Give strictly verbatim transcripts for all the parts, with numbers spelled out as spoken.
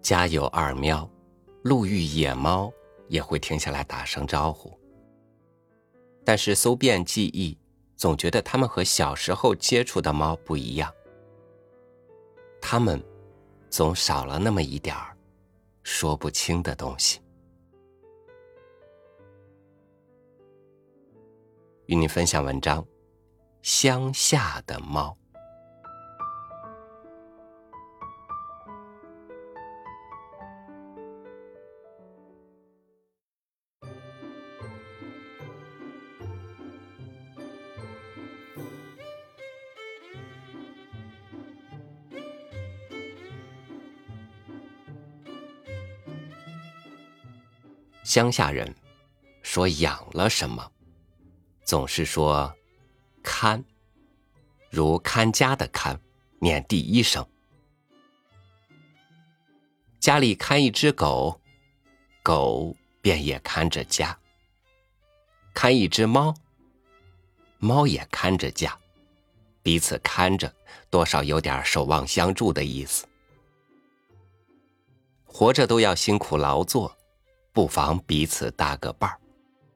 家有二喵，路遇野猫也会停下来打声招呼。但是搜遍记忆，总觉得它们和小时候接触的猫不一样，它们总少了那么一点儿说不清的东西。与你分享文章《乡下的猫》。乡下人说养了什么，总是说看，如看家的看，念第一声。家里看一只狗，狗便也看着家；看一只猫，猫也看着家，彼此看着，多少有点守望相助的意思。活着都要辛苦劳作，不妨彼此搭个伴儿。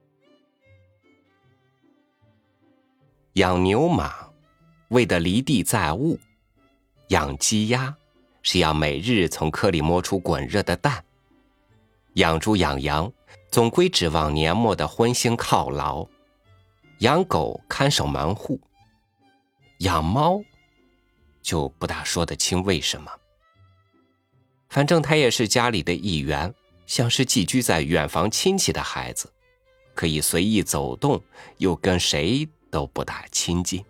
养牛马为的离地载物，养鸡鸭是要每日从壳里摸出滚热的蛋，养猪养羊总归指望年末的荤腥犒劳，养狗看守门户，养猫就不大说得清为什么。反正它也是家里的一员，像是寄居在远房亲戚的孩子，可以随意走动，又跟谁都不大亲近。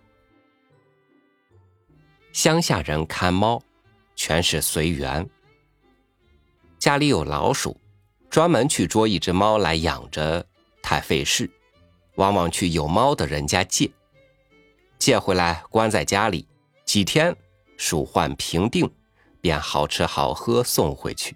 乡下人看猫全是随缘，家里有老鼠，专门去捉一只猫来养着，太费事，往往去有猫的人家借，借回来关在家里，几天鼠患平定，便好吃好喝送回去。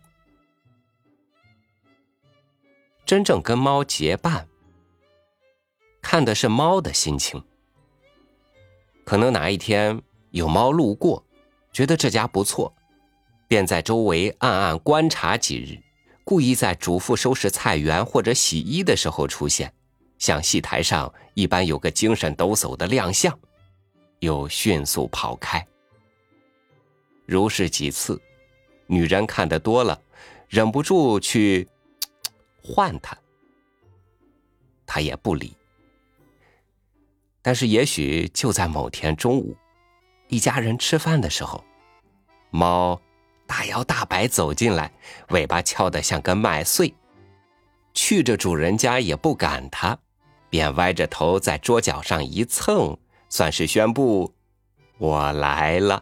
真正跟猫结伴，看的是猫的心情。可能哪一天有猫路过，觉得这家不错，便在周围暗暗观察几日，故意在主妇收拾菜园或者洗衣的时候出现，像戏台上一般有个精神抖擞的亮相，又迅速跑开。如是几次，女人看得多了，忍不住去唤他，他也不理。但是也许就在某天中午，一家人吃饭的时候，猫大摇大摆走进来，尾巴翘得像根麦穗，去着主人家也不赶它，便歪着头在桌角上一蹭，算是宣布我来了。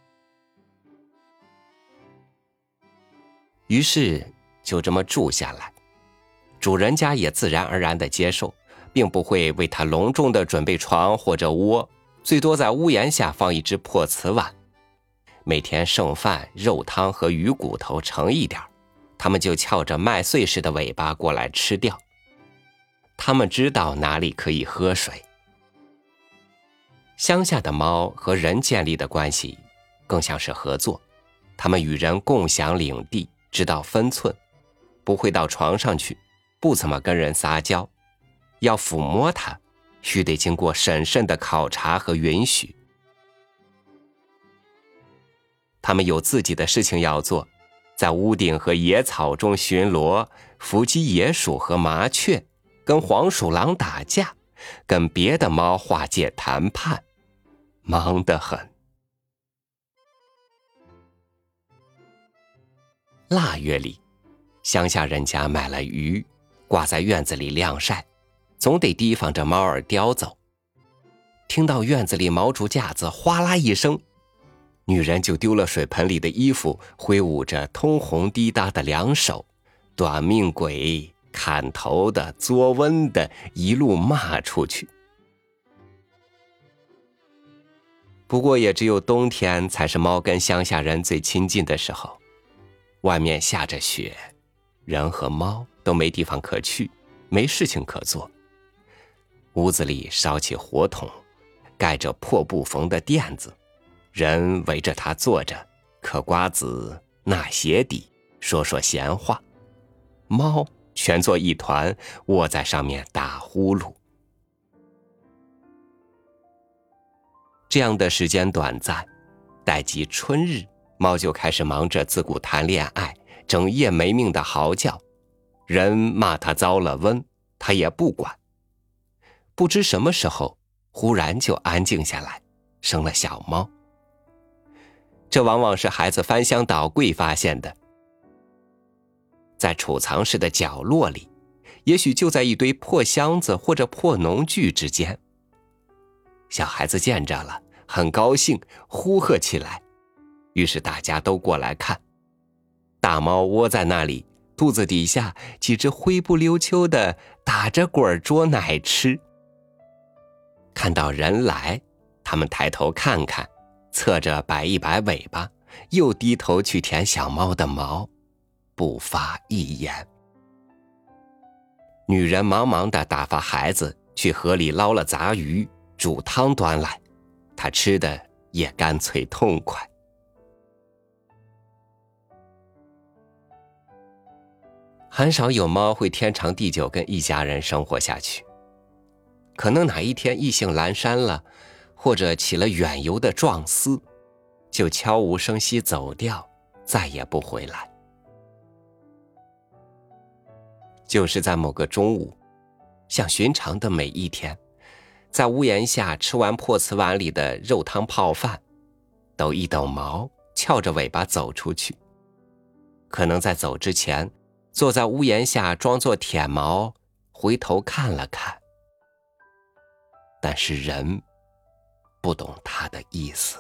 于是就这么住下来，主人家也自然而然地接受，并不会为他隆重地准备床或者窝，最多在屋檐下放一只破瓷碗。每天剩饭、肉汤和鱼骨头盛一点，他们就翘着麦穗似的尾巴过来吃掉。他们知道哪里可以喝水。乡下的猫和人建立的关系更像是合作，他们与人共享领地，知道分寸，不会到床上去，不怎么跟人撒娇，要抚摸它，须得经过审慎的考察和允许。他们有自己的事情要做，在屋顶和野草中巡逻，伏击野鼠和麻雀，跟黄鼠狼打架，跟别的猫划界谈判，忙得很。腊月里，乡下人家买了鱼，挂在院子里晾晒，总得提防着猫儿叼走。听到院子里毛竹架子哗啦一声，女人就丢了水盆里的衣服，挥舞着通红滴答的两手，短命鬼、砍头的、作温的，一路骂出去。不过也只有冬天才是猫跟乡下人最亲近的时候，外面下着雪，人和猫都没地方可去，没事情可做。屋子里烧起火筒，盖着破布缝的垫子，人围着它坐着，嗑瓜子、纳鞋底， 说说闲话，猫全作一团，窝在上面打呼噜。这样的时间短暂，待及春日，猫就开始忙着自顾谈恋爱，整夜没命的嚎叫，人骂它遭了瘟，它也不管。不知什么时候，忽然就安静下来，生了小猫。这往往是孩子翻箱倒柜发现的，在储藏室的角落里，也许就在一堆破箱子或者破农具之间。小孩子见着了，很高兴，呼喝起来，于是大家都过来看。大猫窝在那里，肚子底下几只灰不溜秋的打着滚捉奶吃。看到人来，他们抬头看看，侧着摆一摆尾巴，又低头去舔小猫的毛，不发一言。女人忙忙地打发孩子去河里捞了杂鱼，煮汤端来，她吃的也干脆痛快。很少有猫会天长地久跟一家人生活下去，可能哪一天意兴阑珊了，或者起了远游的壮思，就悄无声息走掉，再也不回来。就是在某个中午，像寻常的每一天，在屋檐下吃完破瓷碗里的肉汤泡饭，抖一抖毛，翘着尾巴走出去。可能在走之前，坐在屋檐下装作舔毛，回头看了看。但是人不懂他的意思。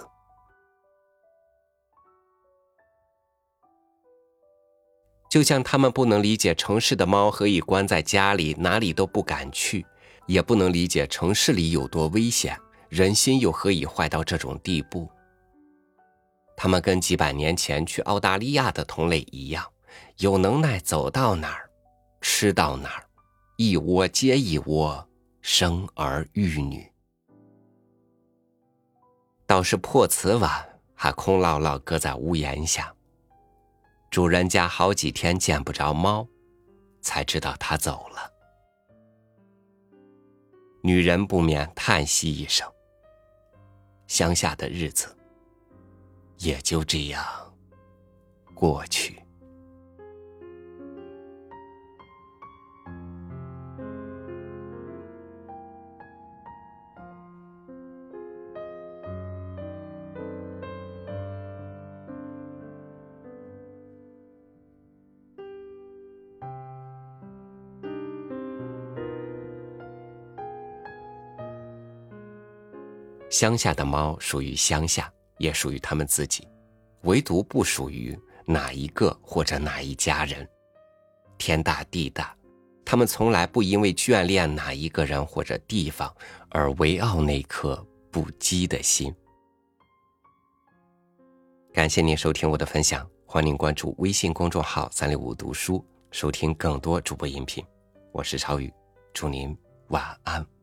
就像他们不能理解城市的猫何以关在家里，哪里都不敢去，也不能理解城市里有多危险，人心又何以坏到这种地步。他们跟几百年前去澳大利亚的同类一样，有能耐走到哪儿吃到哪儿，一窝接一窝，生儿育女。倒是破瓷碗还空落落搁在屋檐下，主人家好几天见不着猫，才知道它走了。女人不免叹息一声，乡下的日子也就这样过去。乡下的猫属于乡下，也属于他们自己，唯独不属于哪一个或者哪一家人。天大地大，他们从来不因为眷恋哪一个人或者地方而为傲那颗不羁的心。感谢您收听我的分享，欢迎关注微信公众号三六五读书，收听更多主播音频。我是超宇，祝您晚安。